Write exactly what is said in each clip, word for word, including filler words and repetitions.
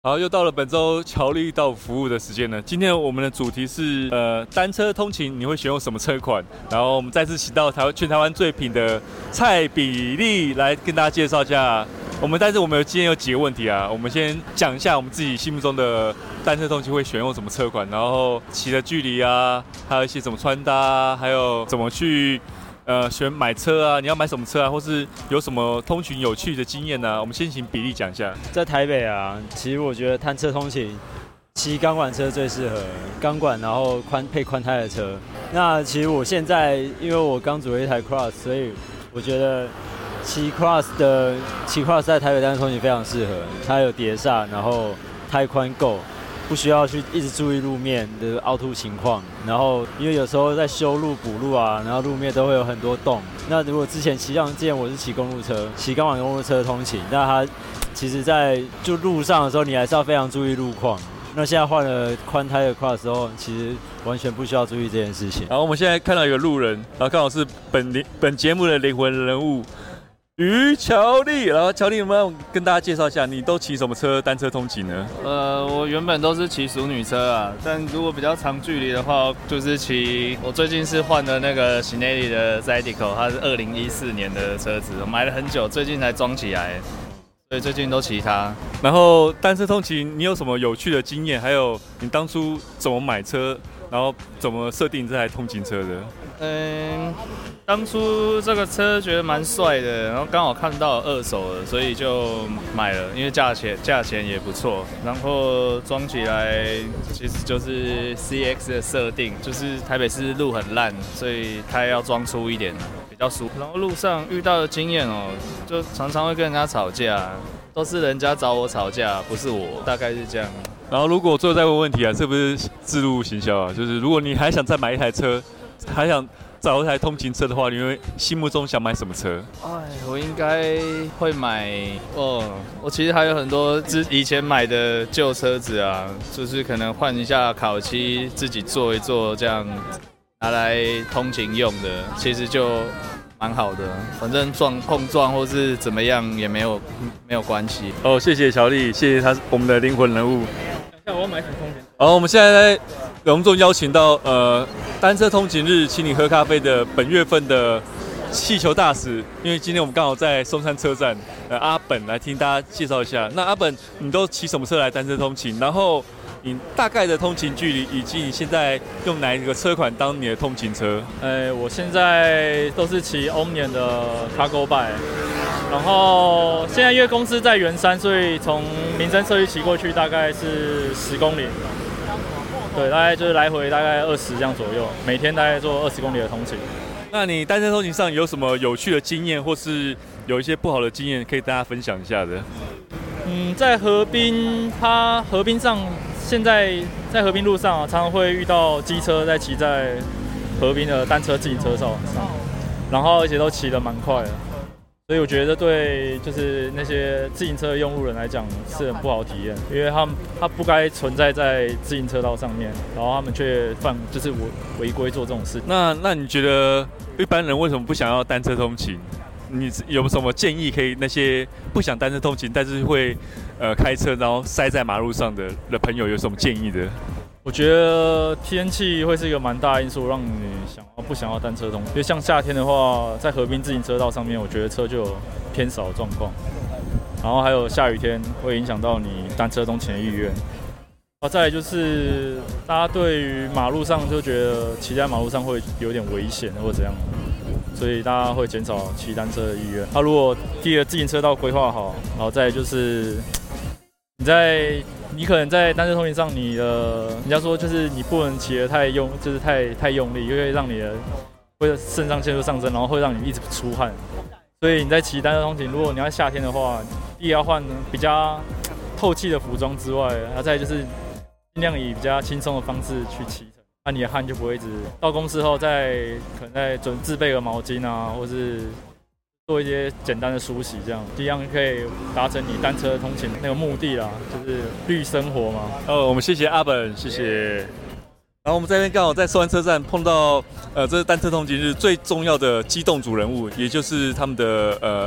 好，又到了本周乔力到服务的时间了。今天我们的主题是呃单车通勤，你会选用什么车款？然后我们再次请到台湾全台湾最品的蔡比利来跟大家介绍一下。我们但是我们有今天有几个问题啊，我们先讲一下我们自己心目中的单车通勤会选用什么车款，然后骑的距离啊，还有一些怎么穿搭啊，还有怎么去。呃，选买车啊，你要买什么车啊，或是有什么通勤有趣的经验呢、啊？我们先请比利讲一下。 在台北啊，其实我觉得单车通勤骑钢管车最适合，钢管然后宽配宽胎的车。那其实我现在因为我刚组了一台 Cross， 所以我觉得骑 Cross 的骑 Cross 在台北单车通勤非常适合，它有碟刹，然后胎宽够。不需要去一直注意路面的凹凸情况，然后因为有时候在修路补路啊，然后路面都会有很多洞。那如果之前骑像之前我是骑公路车，骑钢管公路车通勤，那它其实在就路上的时候，你还是要非常注意路况。那现在换了宽胎的 Cross 的时候，其实完全不需要注意这件事情。 然后我们现在看到一个路人，然后刚好是本本节目的灵魂人物。于乔力，然后乔力有没有跟大家介绍一下，你都骑什么车单车通勤呢？ 呃，我原本都是骑淑女车啊，但如果比较长距离的话，就是骑。我最近是换了那个 Cinelli 的 Zydeco， 它是二零一四年的车子，我买了很久，最近才装起来，所以最近都骑它。 然后单车通勤，你有什么有趣的经验？还有你当初怎么买车，然后怎么设定这台通勤车的？ 嗯，当初这个车觉得蛮帅的，然后刚好看到二手的，所以就买了，因为价钱价钱也不错。然后装起来其实就是 C X 的设定，就是台北市路很烂，所以它要装粗一点，比较舒服。然后路上遇到的经验哦，就常常会跟人家吵架，都是人家找我吵架，不是我，大概是这样。 然后如果我最后再问问题啊，这不是置入行销啊？就是如果你还想再买一台车，还想找一台通勤车的话，你会心目中想买什么车？ 哎，我应该会买哦。我其实还有很多之以前买的旧车子啊，就是可能换一下烤漆，自己做一做，这样拿来通勤用的，其实就蛮好的。反正撞碰撞或是怎么样也没有没有关系。 哦，谢谢乔力，谢谢他我们的灵魂人物。 想我要买什么通勤？ 好，我们现在在隆重邀请到呃单车通勤日请你喝咖啡的本月份的气球大使，因为今天我们刚好在松山车站，呃阿本来听大家介绍一下。那阿本，你都骑什么车来单车通勤？然后你大概的通勤距离，以及你现在用哪一个车款当你的通勤车？ 呃，我现在都是骑 Omnium 的 Cargo Bike， 然后现在因为公司在圆山，所以从民生社区骑过去大概是十公里。对，大概就是来回大概二十这样左右，每天大概做二十公里的通勤。 那你单车通勤上有什么有趣的经验，或是有一些不好的经验，可以大家分享一下的？ 嗯，在河滨，它河滨上现在在河滨路上啊，常常会遇到机车在骑在河滨的单车自行车上，然后而且都骑得蛮快的。所以我觉得对，就是那些自行车的用路人来讲是很不好的体验，因为他们他不该存在在自行车道上面，然后他们却犯就是违违规做这种事。 那那你觉得一般人为什么不想要单车通勤？你有什么建议可以那些不想单车通勤，但是会呃开车然后塞在马路上的的朋友有什么建议的？ 我觉得天气会是一个蛮大的因素，让你想要不想要单车通勤。因为像夏天的话，在河滨自行车道上面，我觉得车就有偏少的状况。然后还有下雨天会影响到你单车通勤的意愿。啊，再来就是大家对于马路上就觉得骑在马路上会有点危险或者怎样，所以大家会减少骑单车的意愿。他、啊、如果第一个自行车道规划好，然后再来就是你在。你可能在单车通勤上，你的人家说就是你不能骑得太用，就是太太用力，因为让你的会肾上腺素上升，然后会让你一直出汗。所以你在骑单车通勤，如果你要夏天的话，第一要换比较透气的服装之外，然后再就是尽量以比较轻松的方式去骑乘，那你的汗就不会一直到公司后再可能再准自备个毛巾啊，或是。做一些简单的梳洗，这样一样可以达成你单车通勤那个目的啦，就是绿生活嘛。 哦，我们谢谢阿本，谢谢。然后我们这边刚好在松山车站碰到，呃，这是单车通勤日最重要的机动组人物，也就是他们的呃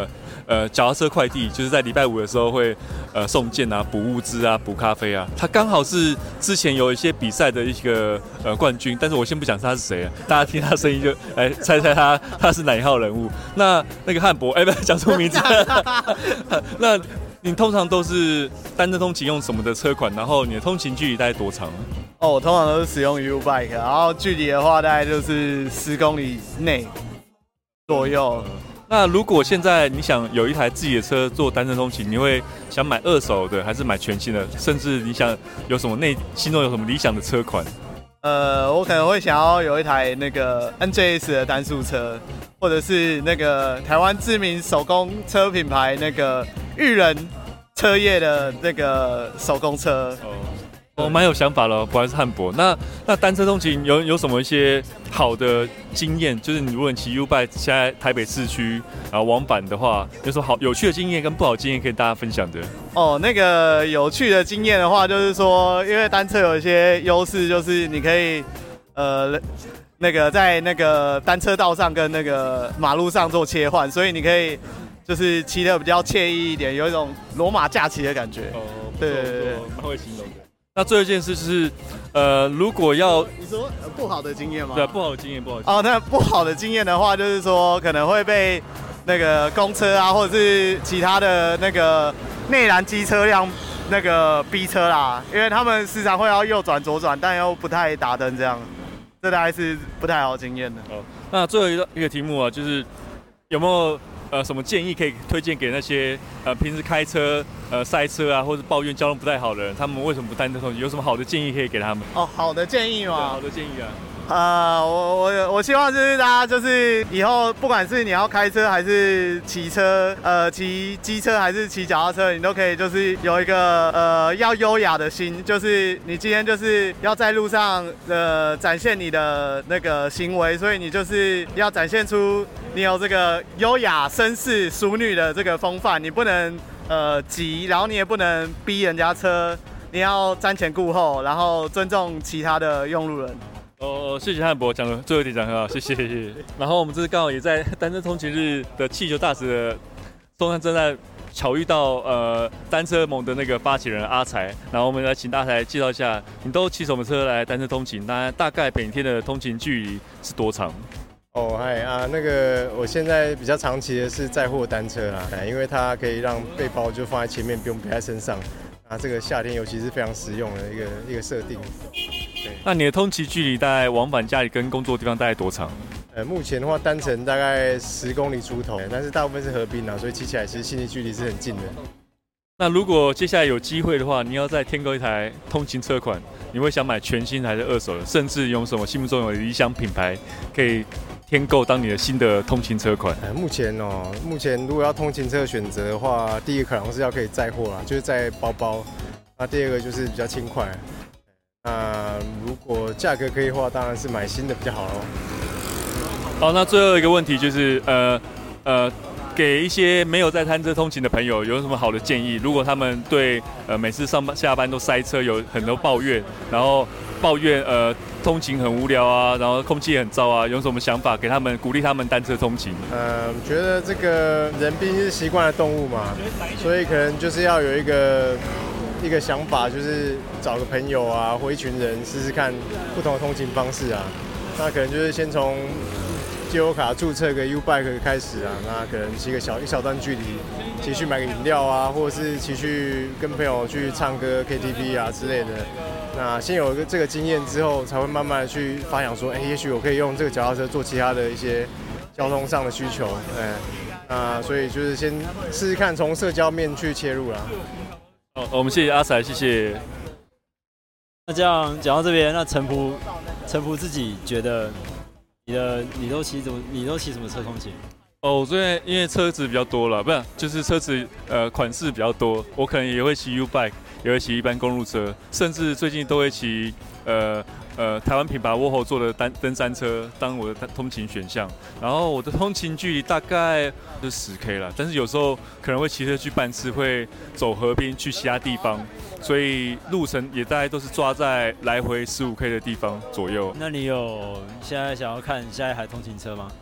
呃脚踏车快递，就是在礼拜五的时候会呃送件啊、补物资啊、补咖啡啊。他刚好是之前有一些比赛的一个呃冠军，但是我先不讲他是谁啊，大家听他声音就来猜猜他他是哪一号人物。那那个汉博，哎、欸，不讲错名字。那你通常都是单车通勤用什么的车款？然后你的通勤距离大概多长？ 哦，我通常都是使用 U Bike， 然后距离的话大概就是十公里内左右。 那如果现在你想有一台自己的车做单车通勤，你会想买二手的还是买全新的？甚至你想有什么内心中有什么理想的车款？ 呃，我可能会想要有一台那个 N J S 的单速车，或者是那个台湾知名手工车品牌那个裕仁车业的那个手工车。 哦，我蛮有想法了，果然是汉博。那那单车通勤有有什么一些好的经验？就是你如果你骑 U-Bike 现在台北市区，然后往返的话，有什么好有趣的经验跟不好的经验可以跟大家分享的？ 哦，那个有趣的经验的话，就是说，因为单车有一些优势，就是你可以呃那个在那个单车道上跟那个马路上做切换，所以你可以就是骑得比较惬意一点，有一种罗马假期的感觉。 哦， 对对对对， 蛮会形容的。那最后一件事就是，呃，如果要你说、呃、不好的经验吗？ 对，不好的经验，不好的经验。 哦，那不好的经验的话，就是说可能会被那个公车啊，或者是其他的那个内燃机车辆那个逼车啦，因为他们时常会要右转左转，但又不太打灯这样，这大概是不太好的经验的。 哦，那最后一个一个题目啊，就是有没有呃什么建议可以推荐给那些呃平时开车呃塞车啊，或者抱怨交通不太好的人，他们为什么不单车通勤？有什么好的建议可以给他们？ 哦，好的建议吗？ 好的建议啊。 呃，我我我希望就是大家就是以后不管是你要开车还是骑车，呃，骑机车还是骑脚踏车，你都可以就是有一个呃要优雅的心，就是你今天就是要在路上呃展现你的那个行为，所以你就是要展现出你有这个优雅绅士淑女的这个风范，你不能呃急，然后你也不能逼人家车，你要瞻前顾后，然后尊重其他的用路人。 哦，谢谢汉博讲的最后一点讲很好，谢谢谢谢。然后我们这次刚好也在单车通勤日的气球大使的中山正在巧遇到呃单车盟的那个发起人阿财，然后我们来请阿财介绍一下，你都骑什么车来单车通勤？那大概每天的通勤距离是多长？ 哦，嗨啊，那个我现在比较常骑的是载货单车啦，因为它可以让背包就放在前面，不用背在身上。啊，这个夏天尤其是非常实用的一个一个设定。对， 那你的通勤距离大概往返家里跟工作地方大概多长？ 呃，目前的话单程大概十公里出头，但是大部分是河滨啊，所以骑起来其实心理距离是很近的。 那如果接下来有机会的话，你要再添购一台通勤车款，你会想买全新还是二手的？甚至有什么心目中有理想品牌可以添购当你的新的通勤车款？ 呃，目前哦，目前如果要通勤车选择的话，第一个可能是要可以载货啦，就是载包包。那第二个就是比较轻快。那如果价格可以的话，当然是买新的比较好咯。 好，那最后一个问题就是，呃呃，给一些没有在单车通勤的朋友有什么好的建议？如果他们对呃每次上班下班都塞车，有很多抱怨，然后抱怨呃通勤很无聊啊，然后空气也很糟啊，有什么想法给他们鼓励他们单车通勤？ 呃，觉得这个人毕竟是习惯的动物嘛，所以可能就是要有一个一个想法，就是找个朋友啊或一群人试试看不同的通勤方式啊。那可能就是先从悠游卡注册个 U-Bike 开始啊，那可能骑个小一小段距离，骑去买个饮料啊，或者是骑去跟朋友去唱歌 K T V 啊之类的。那先有一个这个经验之后，才会慢慢的去发想说，哎、欸，也许我可以用这个脚踏车做其他的一些交通上的需求，哎，那所以就是先试试看从社交面去切入啦。 好，我们谢谢阿财，谢谢。 那这样讲到这边，那陈仆，陈仆自己觉得。你的你都骑怎么？你都骑什么车通勤？ 哦，我最近因为车子比较多了，不是，就是车子呃款式比较多，我可能也会骑 U-Bike， 也会骑一般公路车，甚至最近都会骑呃呃台湾品牌沃后做的单登山车当我的通勤选项。然后我的通勤距离大概是十 K 啦，但是有时候可能会骑车去办事，会走河边去其他地方。所以路程也大概都是抓在来回十五 K 的地方左右。 那你有现在想要看下一台通勤车吗？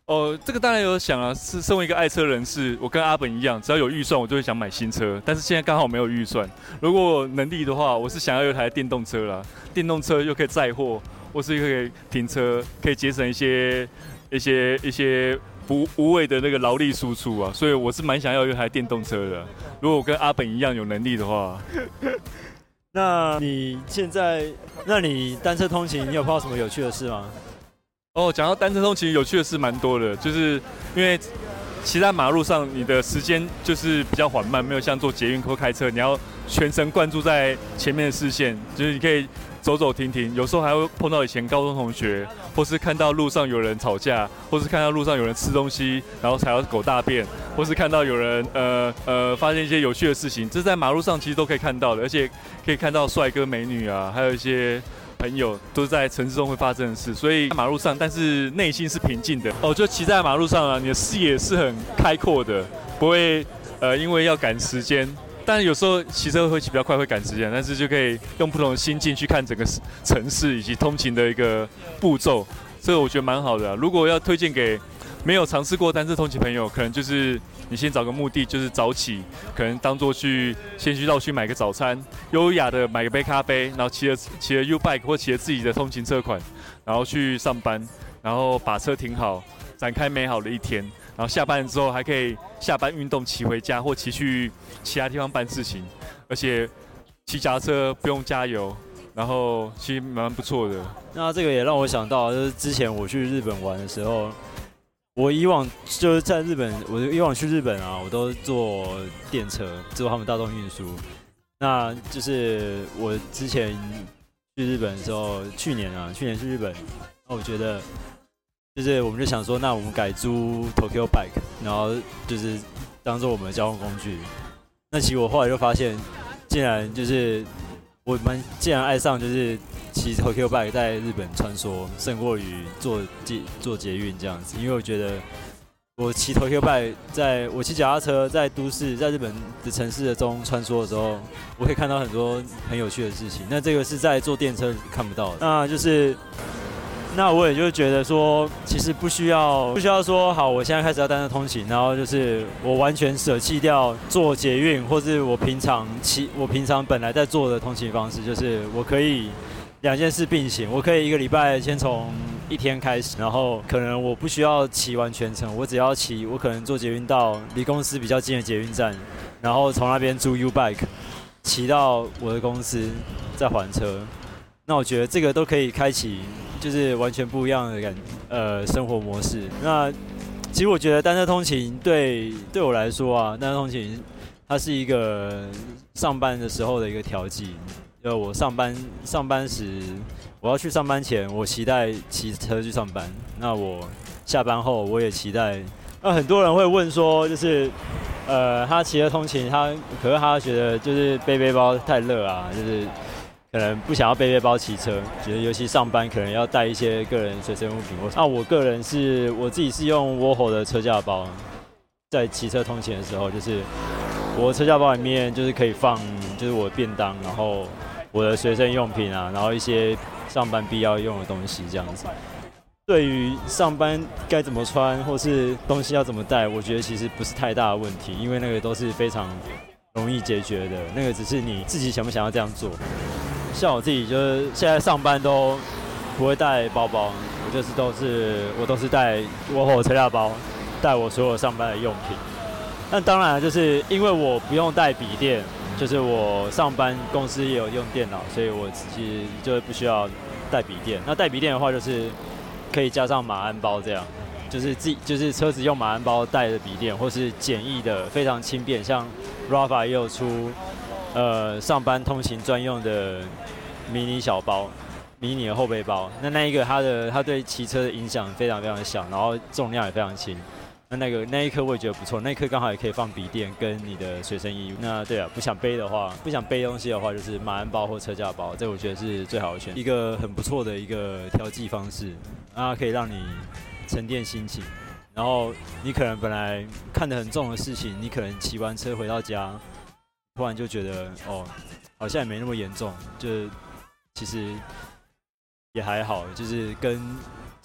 哦，这个当然有想啊，是身为一个爱车人士，我跟阿本一样，只要有预算，我就会想买新车。但是现在刚好没有预算，如果我能力的话，我是想要有一台电动车啦。电动车又可以载货，或是可以停车，可以节省一些一些一些不无谓的那个劳力输出啊。所以我是蛮想要有一台电动车的。如果我跟阿本一样有能力的话， 那你现在，那你单车通勤，你有碰到什么有趣的事吗？ 哦，讲到单车通勤，有趣的事蛮多的，就是因为骑在马路上，你的时间就是比较缓慢，没有像坐捷运或开车，你要全神贯注在前面的视线，就是你可以走走停停，有时候还会碰到以前高中同学，或是看到路上有人吵架，或是看到路上有人吃东西，然后踩到狗大便，或是看到有人呃呃发现一些有趣的事情，这在马路上其实都可以看到的，而且可以看到帅哥美女啊，还有一些朋友都是在城市中会发生的事，所以在马路上，但是内心是平静的。哦，就骑在马路上啊，你的视野是很开阔的，不会呃因为要赶时间。但有时候骑车会骑比较快，会赶时间，但是就可以用不同的心境去看整个城市以及通勤的一个步骤，这个我觉得蛮好的啊。如果要推荐给没有尝试过单车通勤朋友，可能就是你先找个目的，就是早起，可能当做去先去绕区买个早餐，优雅的买个杯咖啡，然后骑着骑着 U bike 或骑着自己的通勤车款，然后去上班，然后把车停好，展开美好的一天。然后下班之后还可以下班运动骑回家，或骑去其他地方办事情，而且骑脚踏车不用加油，然后其实蛮不错的。 那这个也让我想到，就是之前我去日本玩的时候，我以往就是在日本，我以往去日本啊，我都坐电车，坐他们大众运输。那就是我之前去日本的时候，去年啊，去年去日本，那我觉得。就是我们就想说，那我们改租 Tokyo Bike， 然后就是当做我们的交通工具。那其实我后来就发现，竟然就是我们竟然爱上就是骑 Tokyo Bike 在日本穿梭，胜过于坐捷坐捷运这样子。因为我觉得我骑 Tokyo Bike， 在我骑脚踏车在都市，在日本的城市的中穿梭的时候，我可以看到很多很有趣的事情。那这个是在坐电车看不到的。那就是。那我也就觉得说，其实不需要不需要说好，我现在开始要单车通勤，然后就是我完全舍弃掉坐捷运，或是我平常骑我平常本来在做的通勤方式，就是我可以两件事并行，我可以一个礼拜先从一天开始，然后可能我不需要骑完全程，我只要骑，我可能坐捷运到离公司比较近的捷运站，然后从那边租 U bike 骑到我的公司再还车。那我觉得这个都可以开启，就是完全不一样的感呃生活模式。那其实我觉得单车通勤对对我来说啊，单车通勤它是一个上班的时候的一个调剂。就我上班上班时，我要去上班前，我期待骑车去上班。那我下班后，我也期待。那很多人会问说，就是呃，他骑车通勤，他可是他觉得就是背背包太热啊，就是。可能不想要背背包骑车，觉得尤其上班可能要带一些个人随身物品。那我个人是我自己是用 Warhol 的车架包，在骑车通勤的时候，就是我车架包里面就是可以放，就是我的便当，然后我的随身用品啊，然后一些上班必要用的东西这样子。对于上班该怎么穿，或是东西要怎么带，我觉得其实不是太大的问题，因为那个都是非常容易解决的，那个只是你自己想不想要这样做。像我自己就是现在上班都不会带包包，我就是都是我都是带我车架包，带我所有上班的用品。但当然就是因为我不用带笔电，就是我上班公司也有用电脑，所以我其实就不需要带笔电。那带笔电的话，就是可以加上马鞍包这样，就是自己就是车子用马鞍包带的笔电，或是简易的非常轻便，像 Rafa 也有出。呃，上班通勤专用的迷你小包，迷你的后背包。那那一个它的它对骑车的影响非常非常小，然后重量也非常轻。那那个那一颗我也觉得不错，那一颗刚好也可以放笔电跟你的随身衣物。那对啊，不想背的话，不想背东西的话，就是马鞍包或车架包，这我觉得是最好的选择，一个很不错的一个调剂方式，啊，可以让你沉淀心情。然后你可能本来看得很重的事情，你可能骑完车回到家。突然就觉得哦，好像也没那么严重，就其实也还好，就是跟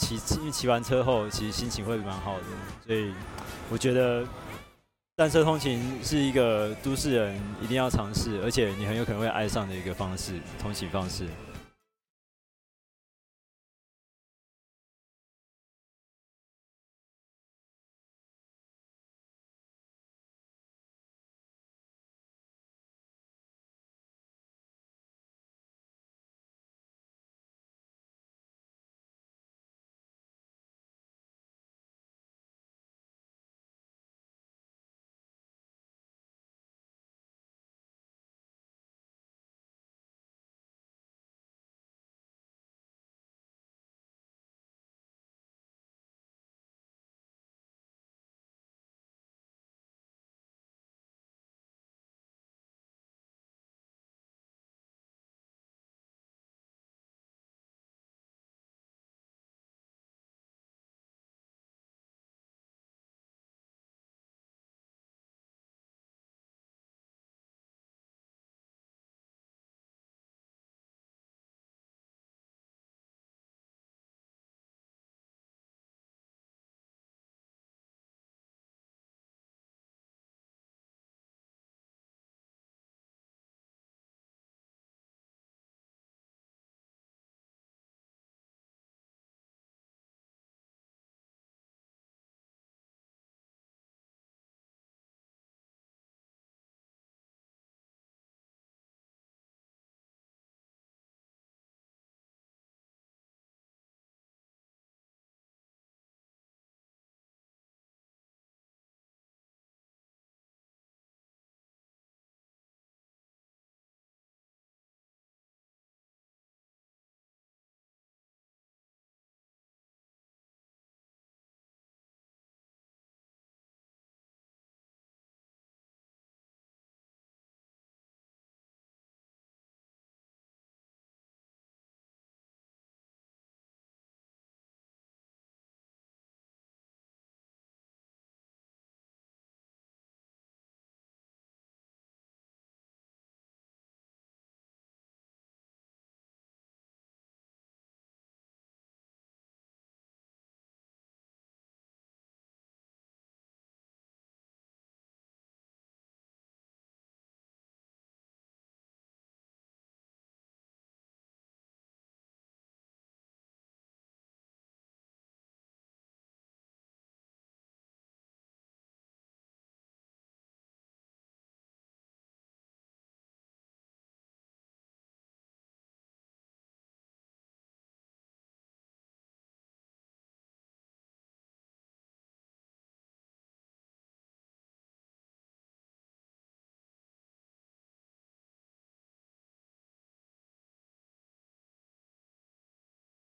骑骑骑完车后，其实心情会蛮好的，所以我觉得单车通勤是一个都市人一定要尝试，而且你很有可能会爱上的一个方式，通勤方式。